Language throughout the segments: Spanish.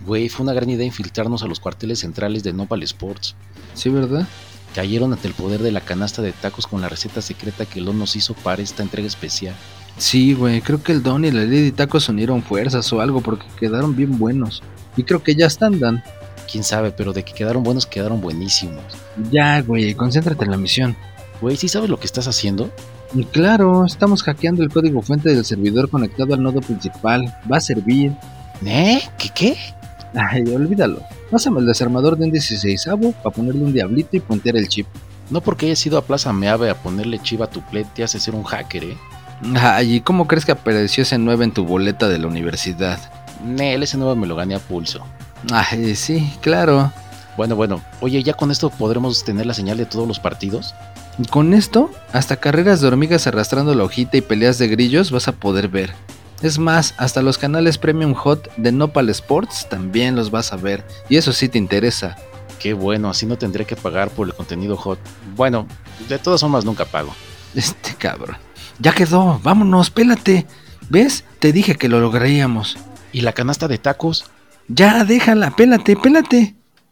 Güey, fue una gran idea infiltrarnos a los cuarteles centrales de Nopal Sports. Sí, ¿verdad? Cayeron ante el poder de la canasta de tacos con la receta secreta que Lon nos hizo para esta entrega especial. Sí, güey, creo que el Don y la Lady Tacos unieron fuerzas o algo porque quedaron bien buenos. Y creo que ya están, Dan. Quién sabe, pero de que quedaron buenos, quedaron buenísimos. Ya, güey, concéntrate en la misión. Güey, ¿sí sabes lo que estás haciendo? Y claro, estamos hackeando el código fuente del servidor conectado al nodo principal. Va a servir. ¿Qué? Ay, olvídalo. Pásame el desarmador de un 16avo para ponerle un diablito y puntear el chip. No porque hayas ido a Plaza Meave a ponerle chiva a tu play te hace ser un hacker, ¿eh? Ay, ¿y cómo crees que apareció ese 9 en tu boleta de la universidad? Ese nuevo me lo gané a pulso. Ay, sí, claro. Bueno, oye, ¿ya con esto podremos tener la señal de todos los partidos? Con esto, hasta carreras de hormigas arrastrando la hojita y peleas de grillos vas a poder ver. Es más, hasta los canales Premium Hot de Nopal Sports también los vas a ver, y eso sí te interesa. Qué bueno, así no tendré que pagar por el contenido hot. Bueno, de todas formas nunca pago. Este cabrón. Ya quedó, vámonos, pélate. ¿Ves? Te dije que lo lograríamos. ¿Y la canasta de tacos? Ya, déjala, pélate.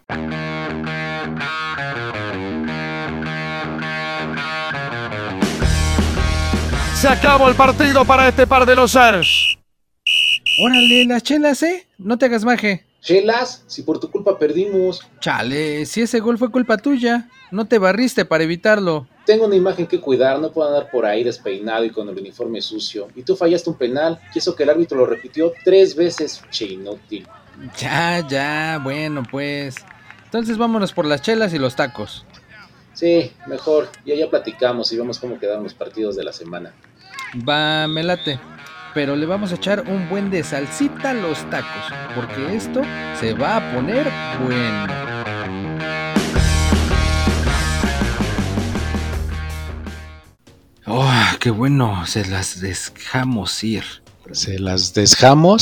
Se acabó el partido para este par de losers. Órale, las chelas, no te hagas maje. Chelas, si por tu culpa perdimos. Chale, si ese gol fue culpa tuya, no te barriste para evitarlo. Tengo una imagen que cuidar, no puedo andar por ahí despeinado y con el uniforme sucio. Y tú fallaste un penal, y eso que el árbitro lo repitió 3 veces, che inútil. Ya, bueno pues. Entonces vámonos por las chelas y los tacos. Sí, mejor, ya platicamos y vemos cómo quedaron los partidos de la semana. Va, me late. Pero le vamos a echar un buen de salsita a los tacos, porque esto se va a poner bueno. Oh, qué bueno, se las dejamos ir. ¿Se las dejamos?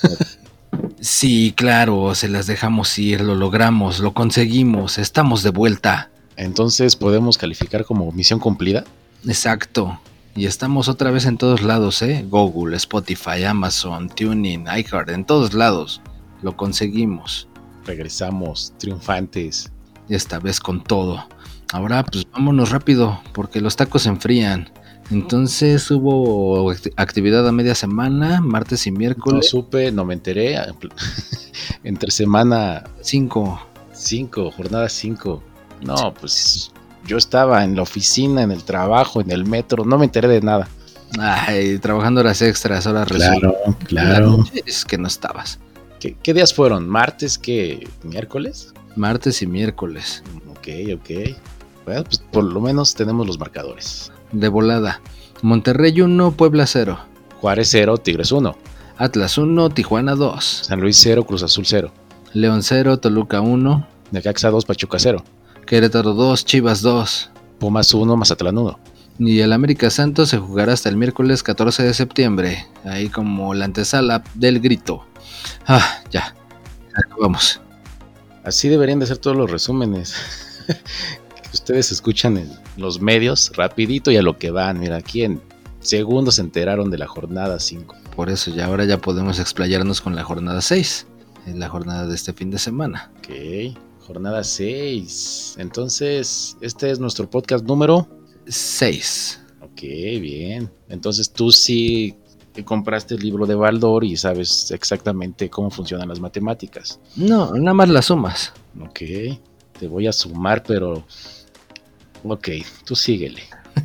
Sí, claro, se las dejamos ir, lo logramos, lo conseguimos, estamos de vuelta. Entonces, ¿podemos calificar como misión cumplida? Exacto. Y estamos otra vez en todos lados, Google, Spotify, Amazon, TuneIn, iHeart, en todos lados. Lo conseguimos. Regresamos triunfantes. Y esta vez con todo. Ahora pues vámonos rápido, porque los tacos se enfrían. Entonces hubo actividad a media semana, martes y miércoles. No supe, no me enteré. Entre semana 5, jornada 5. No, pues yo estaba en la oficina, en el trabajo, en el metro, no me enteré de nada. Ay, trabajando horas extras, ahora resulta. Claro. Es que no estabas. ¿Qué días fueron? ¿Martes? ¿Qué? ¿Miércoles? Martes y miércoles. Ok. Bueno, pues por lo menos tenemos los marcadores. De volada. Monterrey 1, Puebla 0. Juárez 0, Tigres 1. Atlas 1, Tijuana 2. San Luis 0, Cruz Azul 0. León 0, Toluca 1. Necaxa 2, Pachuca 0. Querétaro 2, Chivas 2. Pumas 1, Mazatlán 1. Y el América Santos se jugará hasta el miércoles 14 de septiembre. Ahí como la antesala del grito. Ya. Acabamos. Así deberían de ser todos los resúmenes. Que ustedes escuchan en los medios rapidito y a lo que van. Mira, aquí en segundos se enteraron de la jornada 5. Por eso ya ahora ya podemos explayarnos con la jornada 6. En la jornada de este fin de semana. Ok, jornada 6. Entonces, este es nuestro podcast número 6. Ok, bien. Entonces tú sí compraste el libro de Baldor y sabes exactamente cómo funcionan las matemáticas. No, nada más las sumas. Ok, te voy a sumar, pero... Ok, tú síguele.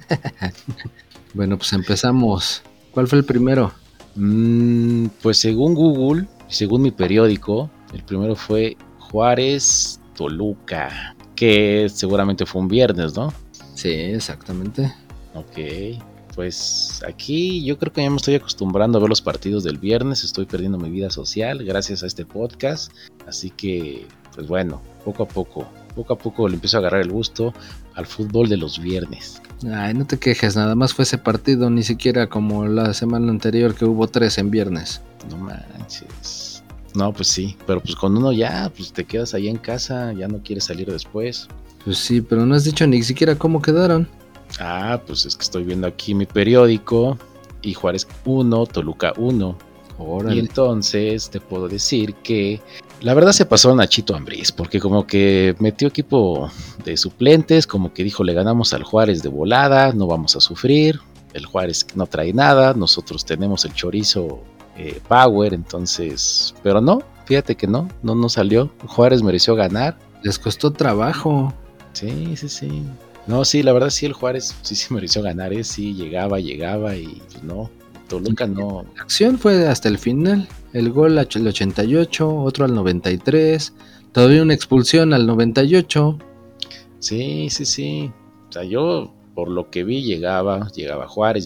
Bueno, pues empezamos. ¿Cuál fue el primero? Pues según Google, según mi periódico, el primero fue Juárez Toluca, que seguramente fue un viernes, ¿no? Sí, exactamente. Ok, pues aquí yo creo que ya me estoy acostumbrando a ver los partidos del viernes, estoy perdiendo mi vida social gracias a este podcast, así que pues bueno, poco a poco le empiezo a agarrar el gusto al fútbol de los viernes. Ay, no te quejes, nada más fue ese partido, ni siquiera como la semana anterior que hubo 3 en viernes. No manches. No, pues sí, pero pues con uno ya, pues te quedas ahí en casa, ya no quieres salir después. Pues sí, pero no has dicho ni siquiera cómo quedaron. Pues es que estoy viendo aquí mi periódico y Juárez 1, Toluca 1. Órale. Y entonces te puedo decir que La verdad se pasó a Nachito Ambriz, porque como que metió equipo de suplentes, como que dijo, le ganamos al Juárez de volada, no vamos a sufrir, el Juárez no trae nada, nosotros tenemos el chorizo power, entonces, pero no, fíjate que no salió, Juárez mereció ganar. Les costó trabajo. Sí. No, sí, la verdad sí, el Juárez sí mereció ganar, sí, llegaba y pues no, Toluca no. La acción fue hasta el final. El gol al 88, otro al 93, todavía una expulsión al 98. Sí. O sea, yo por lo que vi llegaba Juárez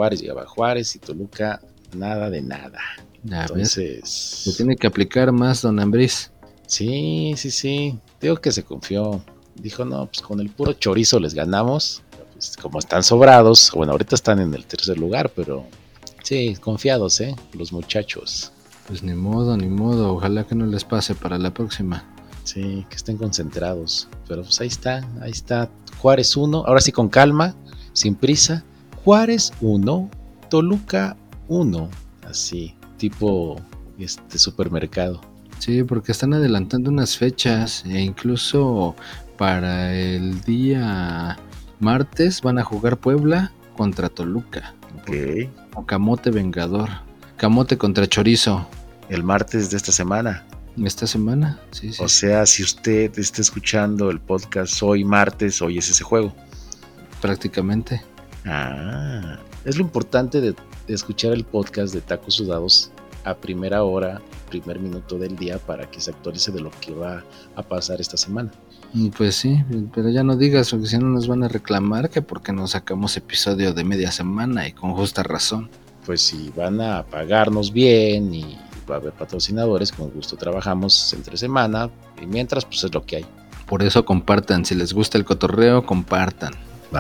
y Toluca nada de nada. Ya Entonces, se tiene que aplicar más, don Ambriz. Sí. Digo que se confió. Dijo, no, pues con el puro chorizo les ganamos. Pues como están sobrados, bueno, ahorita están en el tercer lugar, pero sí, confiados, los muchachos. Pues ni modo, ojalá que no les pase para la próxima. Sí, que estén concentrados. Pero pues ahí está. Juárez 1, ahora sí con calma, sin prisa. Juárez 1, Toluca 1. Así, tipo supermercado. Sí, porque están adelantando unas fechas e incluso para el día martes van a jugar Puebla contra Toluca. Ok. O Camote Vengador. Camote contra Chorizo. El martes de esta semana. ¿Esta semana? Sí. O sea, si usted está escuchando el podcast hoy martes, hoy es ese juego. Prácticamente. Es lo importante de escuchar el podcast de Tacos Sudados a primera hora, primer minuto del día, para que se actualice de lo que va a pasar esta semana. Pues sí, pero ya no digas, porque si no nos van a reclamar que porque no sacamos episodio de media semana, y con justa razón. Pues si van a pagarnos bien y va a haber patrocinadores, con gusto trabajamos entre semana, y mientras pues es lo que hay. Por eso compartan, si les gusta el cotorreo, compartan.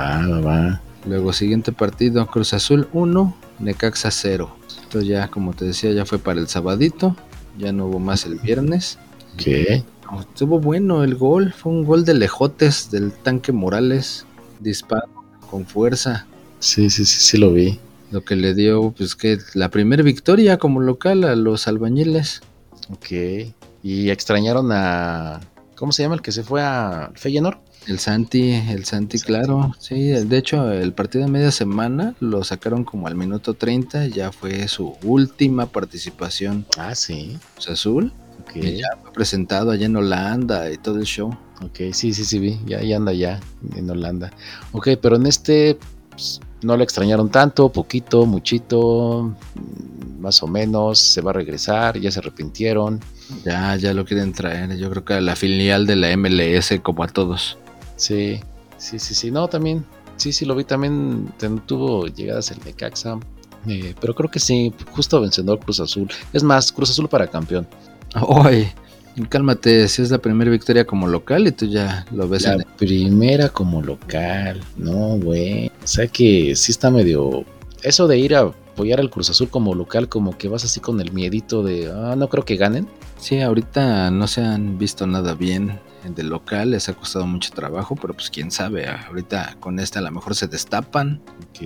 Va. Luego siguiente partido, Cruz Azul 1, Necaxa 0. Esto ya, como te decía, ya fue para el sabadito, ya no hubo más el viernes. ¿Qué? Estuvo bueno el gol, fue un gol de lejotes del Tanque Morales, disparo con fuerza. Sí, lo vi. Lo que le dio, pues que la primera victoria como local a los albañiles. Ok, y extrañaron a... ¿Cómo se llama el que se fue a Feyenoord? El Santi, claro, sí, de hecho el partido de media semana lo sacaron como al minuto 30, ya fue su última participación. Sí. Cruz Azul, Okay. ya fue presentado allá en Holanda y todo el show. Ok, sí vi, ya anda ya en Holanda. Ok, pero en pues, no lo extrañaron tanto, poquito, muchito, más o menos, se va a regresar, ya se arrepintieron. Ya lo quieren traer, yo creo que a la filial de la MLS como a todos. Sí, no, también, sí lo vi, también tuvo llegadas el Necaxa, pero creo que sí, justo vencedor Cruz Azul, es más, Cruz Azul para campeón. Ay, cálmate, si es la primera victoria como local y tú ya lo ves. La primera como local, no, güey, o sea que sí está medio, eso de ir a apoyar al Cruz Azul como local, como que vas así con el miedito de, no creo que ganen. Sí, ahorita no se han visto nada bien de local, les ha costado mucho trabajo, pero pues quién sabe, ahorita con esta a lo mejor se destapan.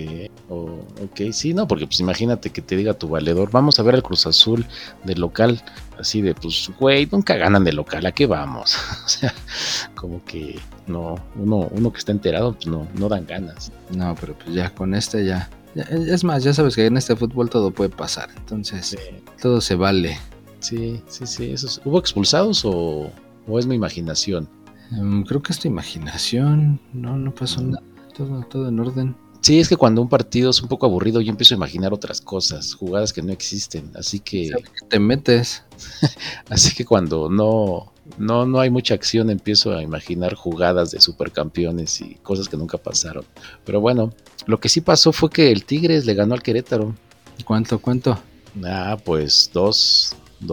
Ok, sí, no, porque pues imagínate que te diga tu valedor, vamos a ver al Cruz Azul de local, así de pues, güey, nunca ganan de local, ¿a qué vamos? O sea, como que no, uno que está enterado, pues no dan ganas. No, pero pues ya con ya, es más, ya sabes que en este fútbol todo puede pasar, entonces sí. Todo se vale. Sí, eso ¿hubo expulsados o es mi imaginación? Creo que es tu imaginación, no pasó nada, todo en orden. Sí, es que cuando un partido es un poco aburrido yo empiezo a imaginar otras cosas, jugadas que no existen, así que... Te metes. Así que cuando no hay mucha acción empiezo a imaginar jugadas de supercampeones y cosas que nunca pasaron. Pero bueno, lo que sí pasó fue que el Tigres le ganó al Querétaro. ¿Cuánto? Pues dos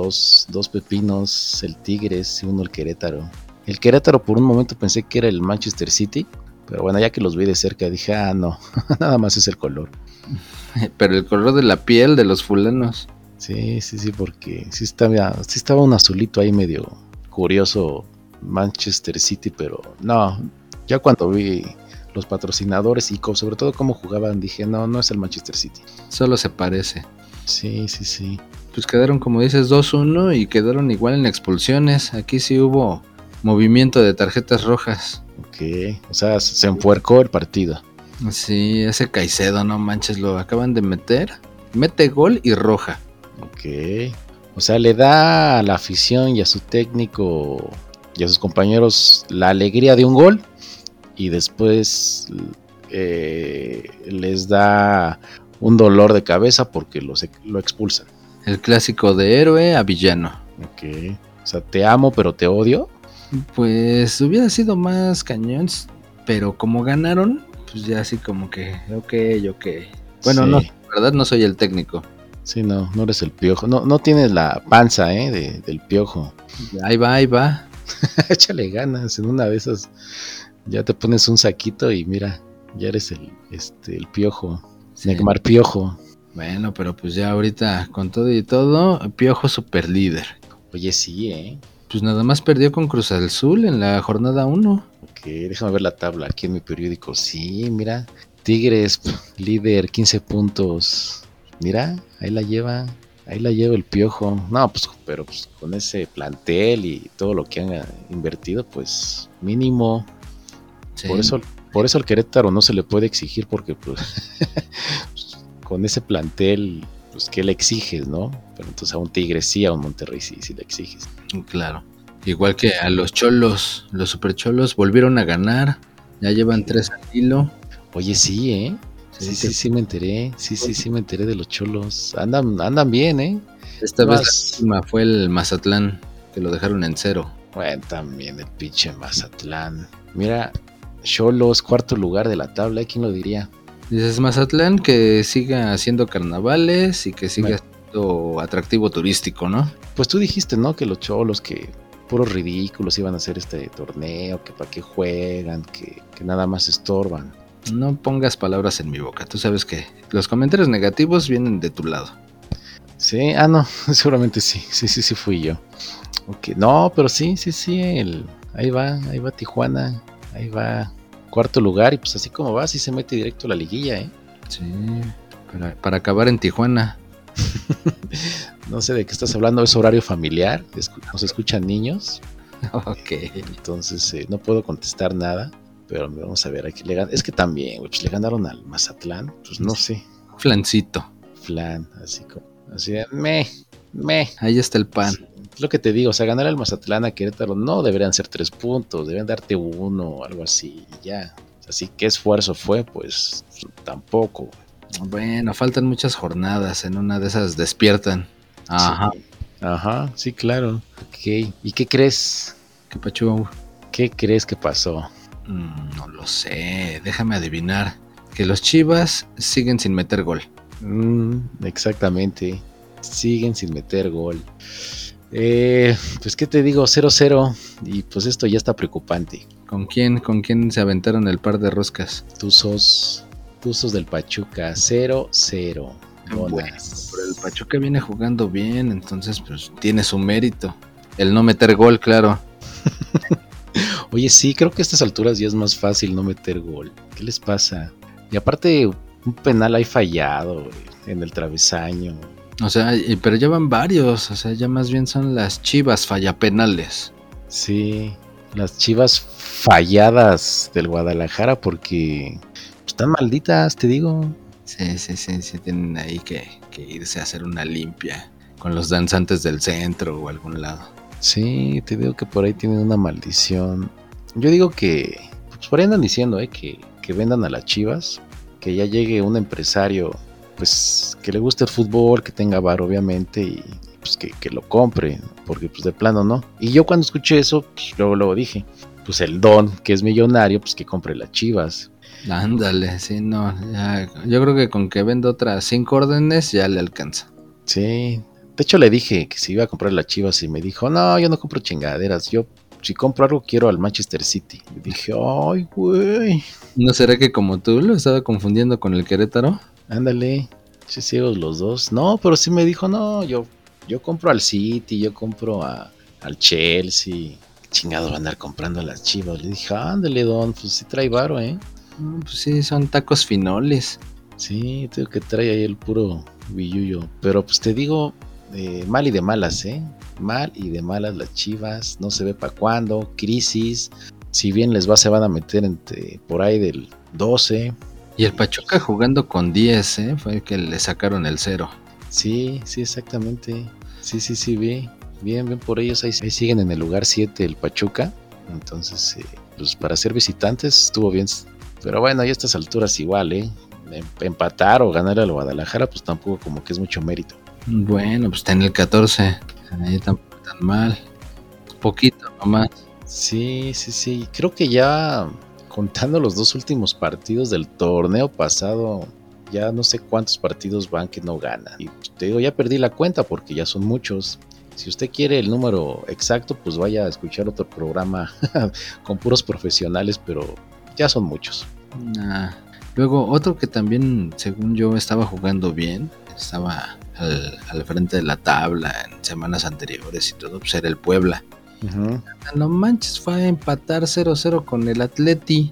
pepinos, el Tigres y uno el Querétaro. El Querétaro por un momento pensé que era el Manchester City, pero bueno, ya que los vi de cerca dije, no, nada más es el color. Pero el color de la piel de los fulanos. Sí, porque sí estaba un azulito ahí medio curioso Manchester City, pero no, ya cuando vi los patrocinadores y sobre todo cómo jugaban dije, no es el Manchester City. Solo se parece. Sí. Pues quedaron, como dices, 2-1 y quedaron igual en expulsiones. Aquí sí hubo movimiento de tarjetas rojas. Ok, o sea, se empuercó el partido. Sí, ese Caicedo, no manches, lo acaban de meter. Mete gol y roja. Ok, o sea, le da a la afición y a su técnico y a sus compañeros la alegría de un gol y después les da un dolor de cabeza porque lo expulsan. El clásico de héroe a villano. Ok, o sea, te amo pero te odio. Pues hubiera sido más cañón, pero como ganaron, pues ya así como que, ok. Bueno, Sí. no, ¿verdad? No soy el técnico. Sí, no eres el piojo. No tienes la panza, del piojo. Ahí va. Échale ganas. En una de esas ya te pones un saquito y mira, ya eres el piojo. Sí. Neymar Piojo. Bueno, pero pues ya ahorita con todo y todo, Piojo super líder. Oye, sí, Pues nada más perdió con Cruz Azul en la jornada 1. Ok, déjame ver la tabla aquí en mi periódico. Sí, mira. Tigres, líder, 15 puntos. Mira, ahí la lleva el piojo. No, pues, pero pues, con ese plantel y todo lo que han invertido, pues mínimo. Sí. Por eso al Querétaro no se le puede exigir porque pues, con ese plantel, pues ¿qué le exiges, no? Pero entonces a un Tigre sí, a un Monterrey sí le exiges. Claro. Igual que a los Cholos, los Super Cholos volvieron a ganar. Ya llevan 3 al hilo. Oye, sí, Sí, me enteré. Sí, me enteré de los Cholos. Andan bien, Esta vez Más- la última fue el Mazatlán, que lo dejaron en 0. Bueno, también el pinche Mazatlán. Mira, Cholos, cuarto lugar de la tabla, ¿quién lo diría? Dices Mazatlán que siga haciendo carnavales y que siga Bueno. siendo atractivo turístico, ¿no? Pues tú dijiste, ¿no? Que los Cholos, que puros ridículos iban a hacer este torneo, que para qué juegan, que nada más estorban. No pongas palabras en mi boca. Tú sabes que los comentarios negativos vienen de tu lado. Sí, no, seguramente sí. Sí fui yo. Ok, no, pero sí, ahí va Tijuana, ahí va cuarto lugar y pues así como va, sí se mete directo a la liguilla, Sí, para acabar en Tijuana. No sé de qué estás hablando, es horario familiar, nos escuchan niños, Ok. entonces no puedo contestar nada, pero vamos a ver, aquí es que también, pues le ganaron al Mazatlán, pues no sé, Flancito. flan, así de me. Ahí está el pan. Es lo que te digo, o sea, ganar al Mazatlán a Querétaro no deberían ser 3 puntos, deberían darte 1 o algo así, y ya. Así que esfuerzo fue, pues tampoco. Bueno, faltan muchas jornadas. En una de esas despiertan. Ajá. Sí. Ajá, sí, claro. Ok, ¿y qué crees? ¿Qué pacho? ¿Qué crees que pasó? No lo sé. Déjame adivinar. Que los Chivas siguen sin meter gol. Exactamente. Siguen sin meter gol. Pues qué te digo, 0-0 y pues esto ya está preocupante. ¿Con quién se aventaron el par de roscas? Tuzos del Pachuca, 0-0. Bueno, pero el Pachuca viene jugando bien, entonces pues tiene su mérito. El no meter gol, claro. Oye, sí, creo que a estas alturas ya es más fácil no meter gol. ¿Qué les pasa? Y aparte, un penal ahí fallado, güey, en el travesaño. O sea, pero ya van varios, o sea, ya más bien son las Chivas fallapenales. Sí, las Chivas falladas del Guadalajara porque están malditas, te digo. Sí, tienen ahí que irse a hacer una limpia con los danzantes del centro o algún lado. Sí, te digo que por ahí tienen una maldición. Yo digo que, pues por ahí andan diciendo, que vendan a las Chivas, que ya llegue un empresario, pues que le guste el fútbol, que tenga bar obviamente y pues que lo compre, porque pues de plano no. Y yo cuando escuché eso, pues luego dije, pues el Don, que es millonario, pues que compre las Chivas. Ándale, sí, no, ya, yo creo que con que venda otras 5 órdenes ya le alcanza. Sí, de hecho le dije que si iba a comprar las Chivas y me dijo, no, yo no compro chingaderas, yo si compro algo quiero al Manchester City. Y dije, ay, güey. ¿No será que como tú lo estaba confundiendo con el Querétaro? Ándale, ciegos los dos. No, pero sí me dijo, no, yo compro al City, yo compro al Chelsea. ¿Qué chingados va a andar comprando a las Chivas? Le dije, ándale, Don, pues sí trae varo, Pues sí, son tacos finoles. Sí, tengo que trae ahí el puro billullo. Pero pues te digo, mal y de malas, mal y de malas las Chivas, no se ve para cuándo, crisis, si bien les va se van a meter por ahí del 12. Y el Pachuca jugando con 10, fue el que le sacaron el 0. Sí, exactamente, sí, vi, bien por ellos, ahí siguen en el lugar 7 el Pachuca, entonces pues para ser visitantes estuvo bien, pero bueno, ya a estas alturas igual, empatar o ganar al Guadalajara pues tampoco como que es mucho mérito. Bueno, pues está en el 14, ahí tampoco tan mal, poquito nomás. Sí, creo que ya contando los 2 últimos partidos del torneo pasado, ya no sé cuántos partidos van que no ganan. Y te digo, ya perdí la cuenta porque ya son muchos. Si usted quiere el número exacto, pues vaya a escuchar otro programa con puros profesionales, pero ya son muchos. Luego, otro que también, según yo, estaba jugando bien, estaba al frente de la tabla en semanas anteriores y todo, pues era el Puebla. Uh-huh. No manches, fue a empatar 0-0 con el Atleti.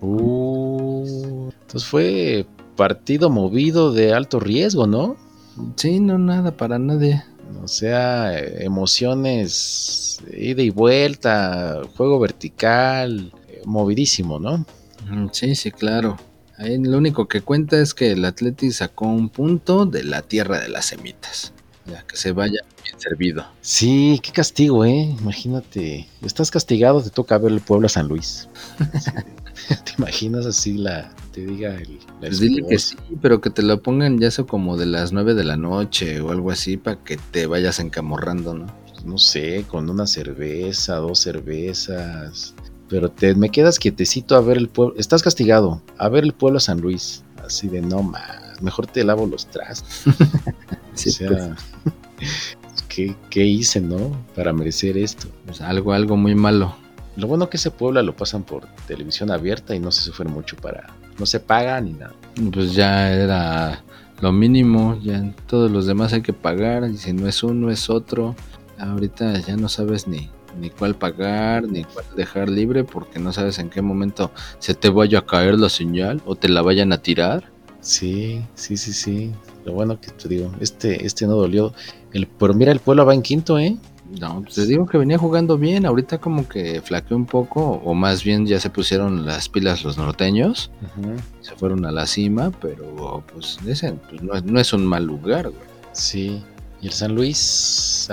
Entonces fue partido movido de alto riesgo, ¿no? Sí, no, nada para nadie. O sea, emociones, ida y vuelta, juego vertical, movidísimo, ¿no? Sí, claro. Ahí lo único que cuenta es que el Atleti sacó un punto de la tierra de las semitas. Ya que se vaya bien servido. Sí, qué castigo, imagínate, estás castigado, te toca ver el Puebla San Luis. ¿Te imaginas así te diga pues dile que sí, pero que te lo pongan ya eso como de las 9 de la noche o algo así para que te vayas encamorrando, ¿no? Pues no sé, con una cerveza, 2 cervezas, pero me quedas quietecito a ver el pueblo, estás castigado, a ver el Puebla San Luis, así de no más, mejor te lavo los trastos. Sí, o sea, pues, ¿qué hice, no? Para merecer esto. Pues algo muy malo. Lo bueno que ese Puebla lo pasan por televisión abierta y no se sufren mucho no se paga ni nada. Pues ya era lo mínimo, ya en todos los demás hay que pagar, y si no es uno es otro. Ahorita ya no sabes ni cuál pagar, ni cuál dejar libre, porque no sabes en qué momento se te vaya a caer la señal o te la vayan a tirar. Sí. Lo bueno que te digo, este no dolió. Pero mira, el Puebla va en quinto, No, pues te digo que venía jugando bien, ahorita como que flaqueó un poco, o más bien ya se pusieron las pilas los norteños, se fueron a la cima, pero pues ese pues no es un mal lugar, güey. Sí, y el San Luis,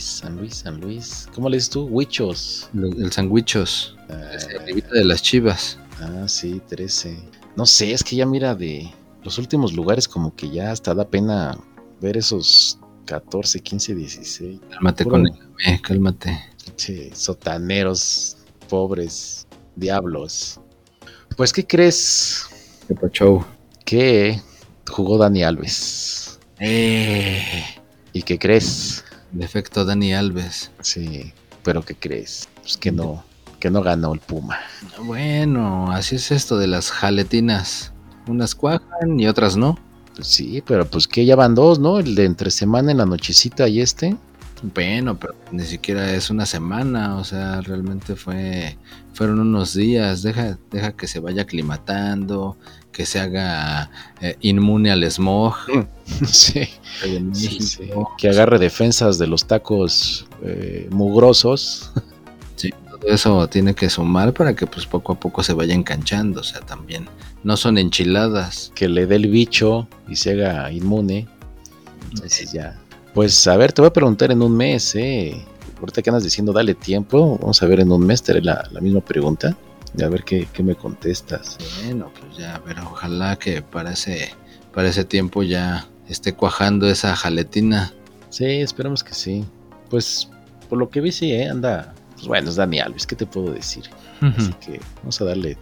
¿cómo le dices tú? Huichos. El Sandwichos, el arribita de las Chivas. Sí, 13. No sé, es que ya mira de los últimos lugares como que ya hasta da pena ver esos 14, 15, 16. Cálmate con el cálmate. Che, sotaneros, pobres, diablos. Pues, ¿qué crees? ¿Qué pacho? Que jugó Dani Alves. ¿Y qué crees? El efecto Dani Alves. Sí, pero ¿qué crees? Pues que no ganó el Puma. Bueno, así es esto de las jaletinas. Unas cuajan y otras no. Pues sí, pero pues que ya van 2, ¿no? El de entre semana en la nochecita y Bueno, pero ni siquiera es una semana, o sea, realmente fueron unos días. Deja que se vaya aclimatando, que se haga inmune al smog. Sí. Que agarre defensas de los tacos mugrosos. Sí, todo eso tiene que sumar para que pues poco a poco se vaya enganchando, o sea, también no son enchiladas. Que le dé el bicho y se haga inmune. Entonces ya. Pues a ver, te voy a preguntar en un mes, ahorita que andas diciendo dale tiempo, vamos a ver en un mes, te haré la misma pregunta y a ver qué me contestas. Bueno, pues ya, pero ojalá que para ese tiempo ya esté cuajando esa jaletina. Sí, esperamos que sí. Pues por lo que vi sí, anda, pues bueno, es Dani Alves, ¿qué te puedo decir? Así que vamos a darle,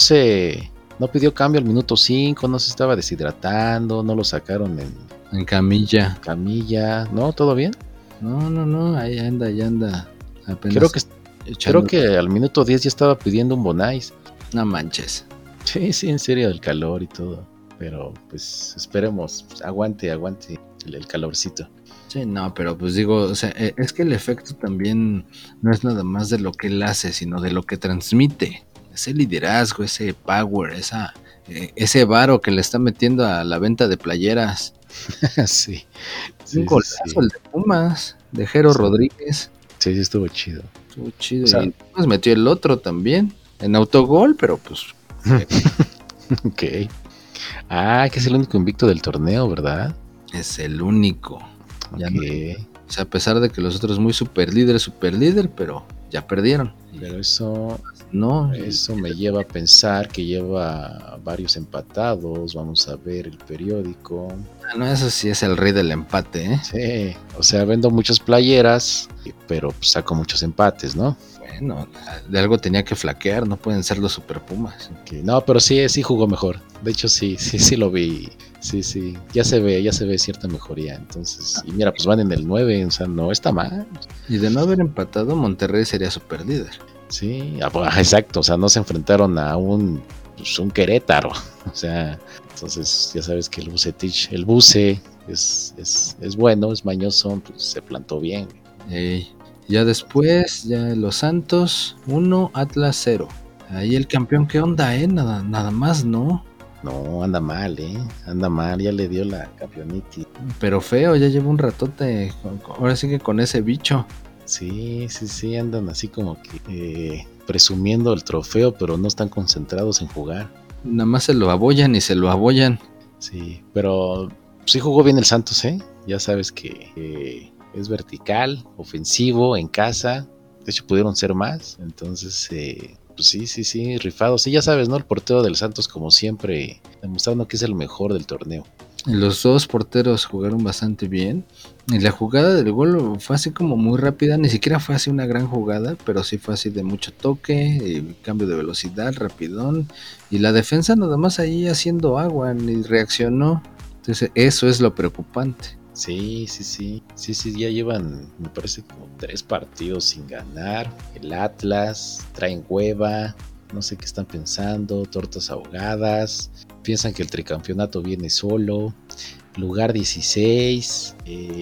no pidió cambio al minuto 5, no se estaba deshidratando, no lo sacaron en camilla. ¿No? ¿Todo bien? No, ahí anda, ya anda. Apenas creo que al minuto 10 ya estaba pidiendo un Bonais. No manches. Sí, en serio, el calor y todo. Pero pues esperemos, pues, aguante el calorcito. Sí, no, pero pues digo, o sea, es que el efecto también no es nada más de lo que él hace, sino de lo que transmite. Ese liderazgo, ese power, ese varo que le está metiendo a la venta de playeras. Sí, Un sí, golazo sí. el de Pumas, de Jero Sí. Rodríguez. Sí, estuvo chido. Estuvo chido. O sea, Y pues metió el otro también. En autogol, pero pues. ok. Ah, que es el único invicto del torneo, ¿verdad? Es el único. Ya Ok. no, o sea, a pesar de que los otros muy super líder, pero ya perdieron. Pero eso No, me lleva a pensar que lleva varios empatados. Vamos a ver el periódico. no, eso sí es el rey del empate, ¿eh? Sí, o sea, vendo muchas playeras, pero pues, saco muchos empates, ¿no? Bueno, de algo tenía que flaquear, no pueden ser los super Pumas. No, pero sí jugó mejor. De hecho, sí lo vi. Sí, ya se ve cierta mejoría. Entonces, y mira, pues van en el 9, o sea, no está mal. Y de no haber empatado, Monterrey sería super líder. Sí, exacto, o sea, no se enfrentaron a un Querétaro. O sea, entonces ya sabes que el Buce es bueno, es mañoso, pues se plantó bien. Ey. Ya después, ya los Santos 1, Atlas 0. Ahí el campeón, ¿qué onda, nada más, ¿no? No, anda mal, anda mal, ya le dio la campeonitis. Pero feo, ya lleva un ratote, ahora sí que con ese bicho. Sí, andan así como que presumiendo el trofeo, pero no están concentrados en jugar. Nada más se lo abollan y se lo abollan. Sí, pero sí jugó bien el Santos, ya sabes que es vertical, ofensivo, en casa. De hecho, pudieron ser más. Entonces, pues sí, rifado. Sí, ya sabes, ¿no? El portero del Santos, como siempre, demostrando que es el mejor del torneo. Los dos porteros jugaron bastante bien. Y la jugada del gol fue así como muy rápida. Ni siquiera fue así una gran jugada, pero sí fue así de mucho toque, cambio de velocidad, rapidón. Y la defensa nada más ahí haciendo agua, ni reaccionó. Entonces, eso es lo preocupante. Sí, ya llevan, me parece, como 3 partidos sin ganar. El Atlas, traen hueva, no sé qué están pensando, tortas ahogadas, piensan que el tricampeonato viene solo. Lugar 16,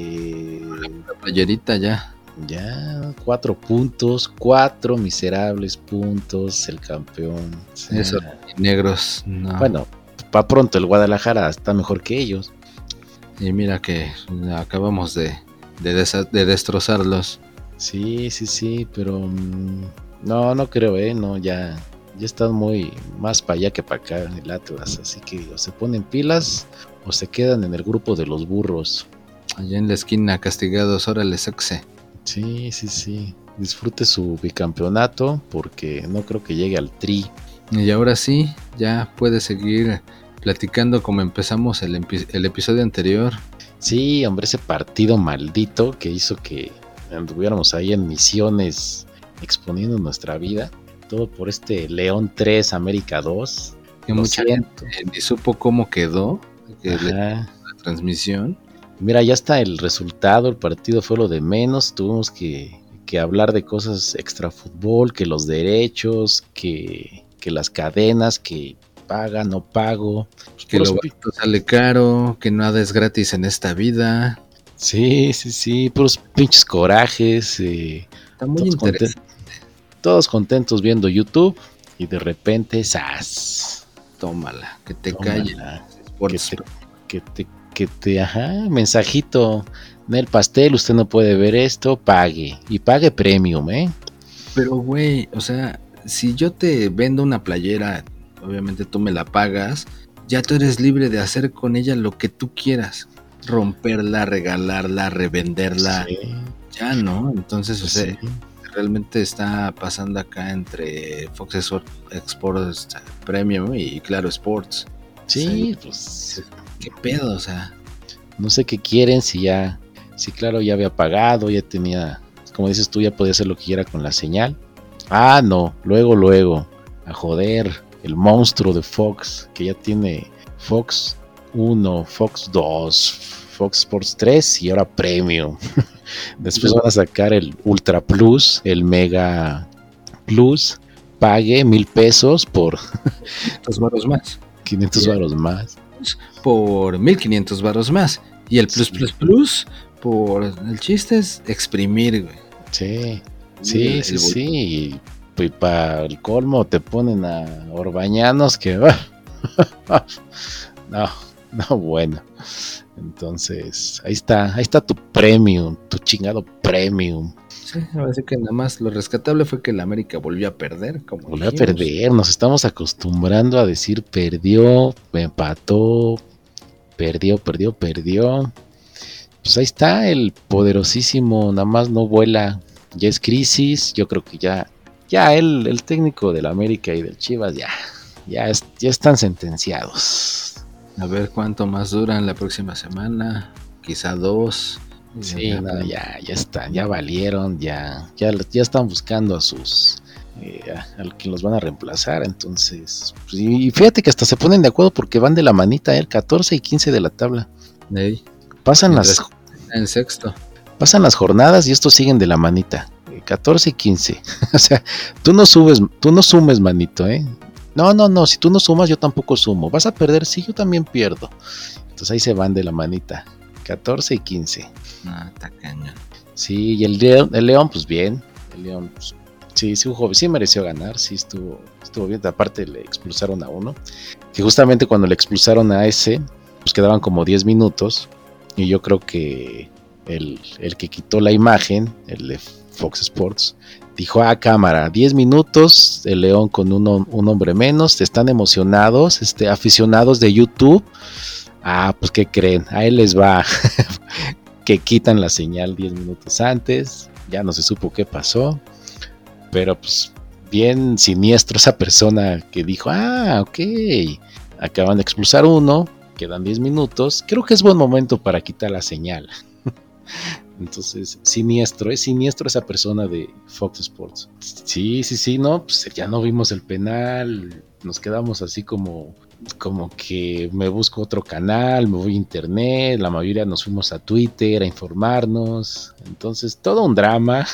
La playerita ya. Ya, 4 puntos, 4 miserables puntos, el campeón. O sea, Esos negros, no. Bueno, para pronto el Guadalajara está mejor que ellos. Y mira que acabamos de destrozarlos. Sí, pero no creo, no, ya están muy más para allá que para acá el Atlas, así que o se ponen pilas o se quedan en el grupo de los burros. Allá en la esquina, castigados, órale, saxe. Sí, disfrute su bicampeonato porque no creo que llegue al tri. Y ahora sí, ya puede seguir platicando como empezamos el episodio anterior. Sí, hombre, ese partido maldito que hizo que anduviéramos ahí en Misiones exponiendo nuestra vida. Todo por este León 3, América 2. Que mucha gente ni supo cómo quedó la transmisión. Mira, ya está el resultado, el partido fue lo de menos. Tuvimos que hablar de cosas extra fútbol, que los derechos, que las cadenas, que paga, no pago. Que lo barato sale caro, que nada es gratis en esta vida. Sí, puros pinches corajes. Está muy interesante. Todos contentos viendo YouTube y de repente, ¡zas! Tómala, que te calles. Que te, mensajito. En el pastel usted no puede ver esto, pague. Y pague premium, Pero, güey, o sea, si yo te vendo una playera, obviamente tú me la pagas, ya tú eres libre de hacer con ella lo que tú quieras. Romperla, regalarla, revenderla. Sí. Ya, ¿no? Entonces, o sea, realmente está pasando acá entre Fox Sports Premium y Claro Sports. Sí, o sea, pues... ¿Qué pedo? O sea... No sé qué quieren, si Claro ya había pagado, ya tenía... Como dices tú, ya podía hacer lo que quiera con la señal. Ah, no, luego, a joder, el monstruo de Fox, que ya tiene Fox 1, Fox 2, Fox Sports 3 y ahora Premium. Después van a sacar el Ultra Plus, el Mega Plus, pague 1,000 pesos por 500 varos más. 500 varos más. Por 1,500 varos más. Y el Plus por el chiste es exprimir, güey. Sí. Y para el colmo te ponen a Orbañanos que... no, bueno. Entonces, ahí está tu premium, tu chingado premium. Sí, así que nada más lo rescatable fue que el América volvió a perder, como Volvió a dijimos. perder, nos estamos acostumbrando a decir perdió, empató, perdió. Pues ahí está el poderosísimo, nada más no vuela, ya es crisis, yo creo que ya el técnico del América y del Chivas ya están sentenciados. A ver cuánto más duran la próxima semana, quizá 2. Sí, no, ya están, ya valieron, ya están buscando a sus al que los van a reemplazar, entonces, pues, y fíjate que hasta se ponen de acuerdo porque van de la manita, el 14 y 15 de la tabla. Hey, Pasan en sexto. Pasan las jornadas y estos siguen de la manita, 14 y 15. O sea, tú no sumes, manito, No, si tú no sumas, yo tampoco sumo. ¿Vas a perder? Sí, yo también pierdo. Entonces ahí se van de la manita, 14 y 15. Ah, está cañón. Sí, y el León, pues bien. El León, pues, sí, sí mereció ganar, sí estuvo bien. Aparte le expulsaron a uno, que justamente cuando le expulsaron a ese, pues quedaban como 10 minutos. Y yo creo que el que quitó la imagen, el de Fox Sports, dijo: cámara, 10 minutos, el León con un hombre menos, están emocionados, aficionados de YouTube. Pues ¿qué creen? A él les va que quitan la señal 10 minutos antes, ya no se supo qué pasó, pero pues bien siniestro esa persona que dijo: ok, acaban de expulsar uno, quedan 10 minutos, creo que es buen momento para quitar la señal. Entonces, siniestro esa persona de Fox Sports. Sí, no, pues ya no vimos el penal, nos quedamos así como que me busco otro canal, me voy a internet, la mayoría nos fuimos a Twitter a informarnos, entonces todo un drama.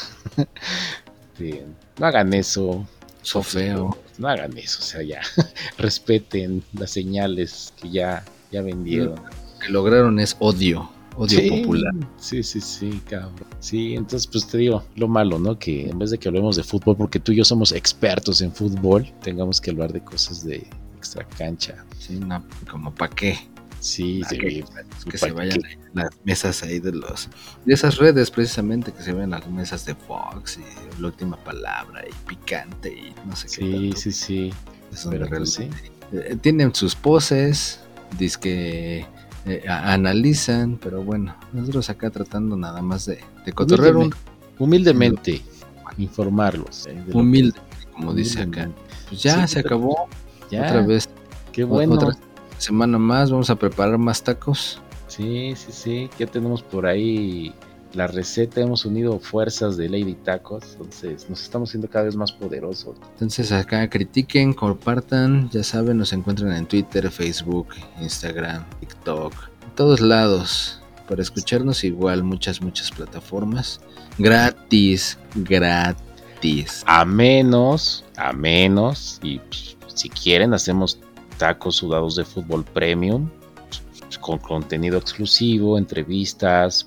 No hagan eso, Sofeo. No hagan eso, o sea, ya respeten las señales que ya vendieron. Lo que lograron es odio popular. Sí, cabrón. Sí, entonces pues te digo, lo malo, ¿no? Que en vez de que hablemos de fútbol, porque tú y yo somos expertos en fútbol, tengamos que hablar de cosas de extra cancha. Sí, no, como para qué. Sí, que se vayan las mesas ahí de esas redes precisamente, que se vean las mesas de Fox y La Última Palabra y Picante y no sé qué tanto. Sí. Pero realmente tienen sus poses, dizque analizan, pero bueno, nosotros acá tratando nada más de cotorrear humildemente informarlos. Humilde, como dice acá. Pues ya se acabó. Ya. Otra vez. Qué bueno. Otra semana más, vamos a preparar más tacos. Sí. Ya tenemos por ahí la receta, hemos unido fuerzas de Lady Tacos, entonces nos estamos haciendo cada vez más poderosos. Entonces acá critiquen, compartan, ya saben, nos encuentran en Twitter, Facebook, Instagram, TikTok, en todos lados. Para escucharnos igual, muchas plataformas. Gratis. A menos, y pues, si quieren hacemos tacos sudados de fútbol premium, con contenido exclusivo, entrevistas,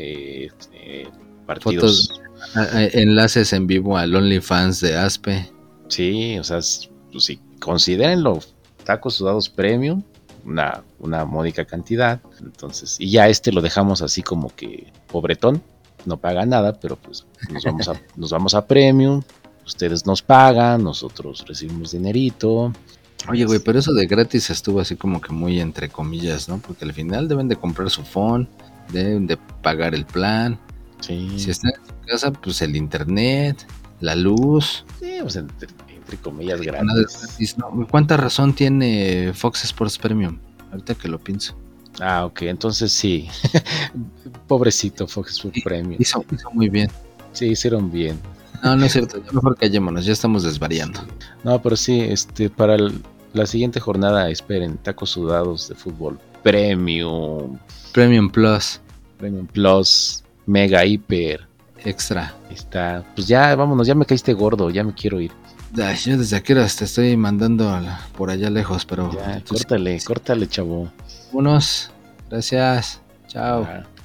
partidos, fotos, enlaces en vivo al OnlyFans de Aspe. Sí, o sea, pues sí, considérenlo tacos sudados premium, una módica cantidad, entonces, y ya lo dejamos así como que pobretón, no paga nada, pero pues nos vamos a premium, ustedes nos pagan, nosotros recibimos dinerito. Oye, güey, pero eso de gratis estuvo así como que muy entre comillas, ¿no? Porque al final deben de comprar su phone, deben de pagar el plan. Sí. Si están en su casa, pues el internet, la luz. Sí, pues entre comillas gratis. ¿No? ¿Cuánta razón tiene Fox Sports Premium? Ahorita que lo pienso. Ok, entonces sí. Pobrecito Fox Sports Premium. Hizo muy bien. Sí, hicieron bien. No es cierto, ya mejor callémonos, ya estamos desvariando. No, pero sí, para la siguiente jornada esperen tacos sudados de fútbol Premium Plus, Mega Hiper Extra. Está, pues ya vámonos, ya me caíste gordo, ya me quiero ir. Ay, yo desde aquí te estoy mandando por allá lejos, pero ya, córtale, chavo. Vámonos, gracias, chao.